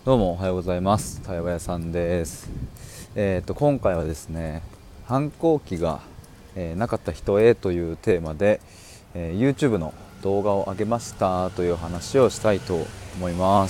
どうもおはようございます。対話屋さんです。今回はですね、反抗期が、なかった人へというテーマで、YouTube の動画を上げましたという話をしたいと思います。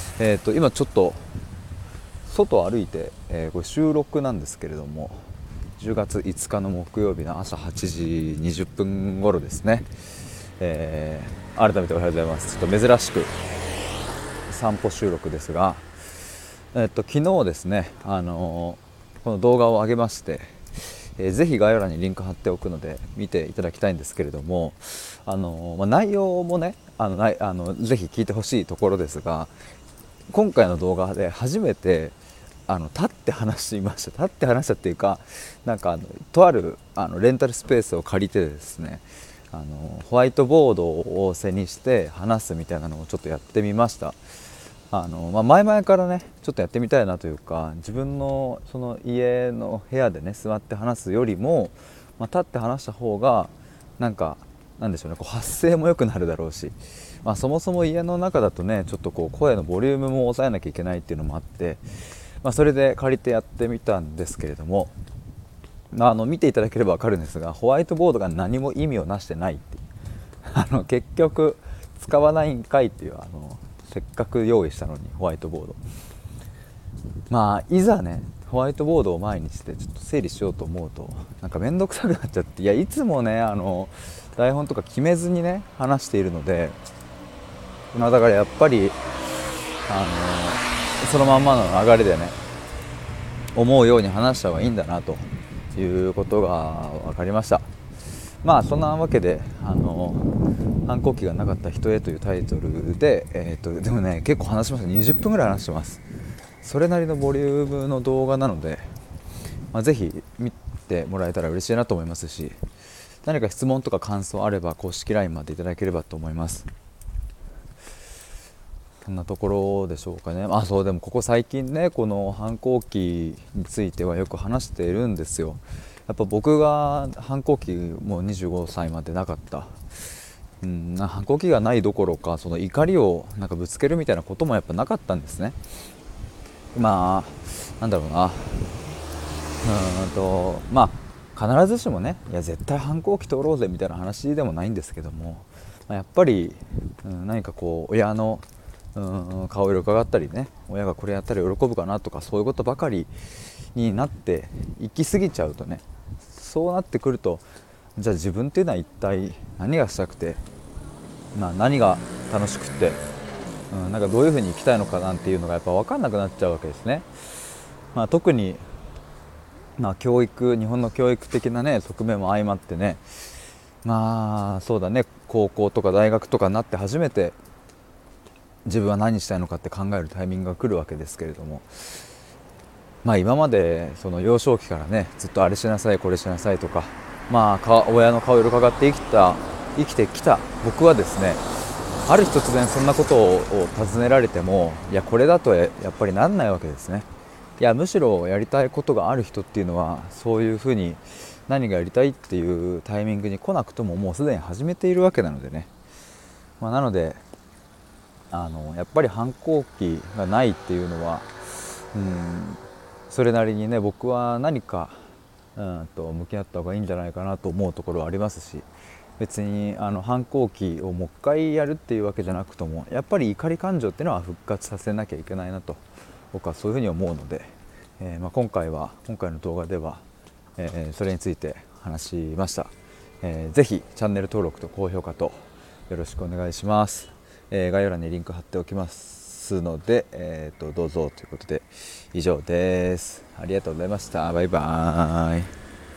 今ちょっと外を歩いて、これ収録なんですけれども、10月5日の木曜日の朝8時20分頃ですね。改めておはようございます。ちょっと珍しく散歩収録ですが、昨日ですね、この動画を上げまして、ぜひ概要欄にリンク貼っておくので見ていただきたいんですけれども、内容もね、ぜひ聞いてほしいところですが、今回の動画で初めて立って話していました。立って話したっていうか、なんかとあるレンタルスペースを借りてですね、ホワイトボードを背にして話すみたいなのをちょっとやってみました。前々からねちょっとやってみたいなというか、自分のその家の部屋でね座って話すよりも、立って話した方がなんでしょうね、こう発声も良くなるだろうし、そもそも家の中だとねちょっとこう声のボリュームも抑えなきゃいけないっていうのもあって、それで借りてやってみたんですけれども、見ていただければ分かるんですが、ホワイトボードが何も意味をなしてないっていう結局使わないんかいっていう、せっかく用意したのにホワイトボード、いざねホワイトボードを前にしてちょっと整理しようと思うとなんか面倒くさくなっちゃって、いつもね台本とか決めずにね話しているので、だからやっぱりそのまんまの流れでね思うように話した方がいいんだなということが分かりました。そんなわけで反抗期がなかった人へというタイトルで、でもね結構話しました。20分ぐらい話してます。それなりのボリュームの動画なので、ぜひ見てもらえたら嬉しいなと思いますし、何か質問とか感想あれば公式 LINE までいただければと思います。そんなところでしょうかね。そう、でもここ最近ねこの反抗期についてはよく話しているんですよ。やっぱ僕が反抗期もう25歳までなかった、反抗期がないどころか、その怒りをぶつけるみたいなこともやっぱなかったんですね。なんだろうな、必ずしもね、いや絶対反抗期通ろうぜみたいな話でもないんですけども、やっぱり、何かこう親の顔色伺ったりね、親がこれやったら喜ぶかなとか、そういうことばかりになって行き過ぎちゃうとね、そうなってくると、じゃあ自分っていうのは一体何がしたくて、何が楽しくって、どういうふうに生きたいのかなんていうのがやっぱ分かんなくなっちゃうわけですね。特に教育、日本の教育的なね側面も相まってね、そうだね、高校とか大学とかになって初めて自分は何したいのかって考えるタイミングが来るわけですけれども、今までその幼少期からねずっとあれしなさいこれしなさいとか、親の顔色伺って生きてきた僕はですね、ある日突然そんなことを尋ねられても、いやこれだとやっぱりなんないわけですね。いやむしろやりたいことがある人っていうのはそういうふうに何がやりたいっていうタイミングに来なくとももうすでに始めているわけなのでね、なのでやっぱり反抗期がないっていうのは、それなりにね僕は何か向き合った方がいいんじゃないかなと思うところはありますし、別に反抗期をもう一回やるっていうわけじゃなくとも、やっぱり怒り感情っていうのは復活させなきゃいけないなと僕はそういうふうに思うので、今回の動画では、それについて話しました。ぜひチャンネル登録と高評価とよろしくお願いします。概要欄にリンク貼っておきますので、どうぞということで以上です。ありがとうございました。バイバーイ。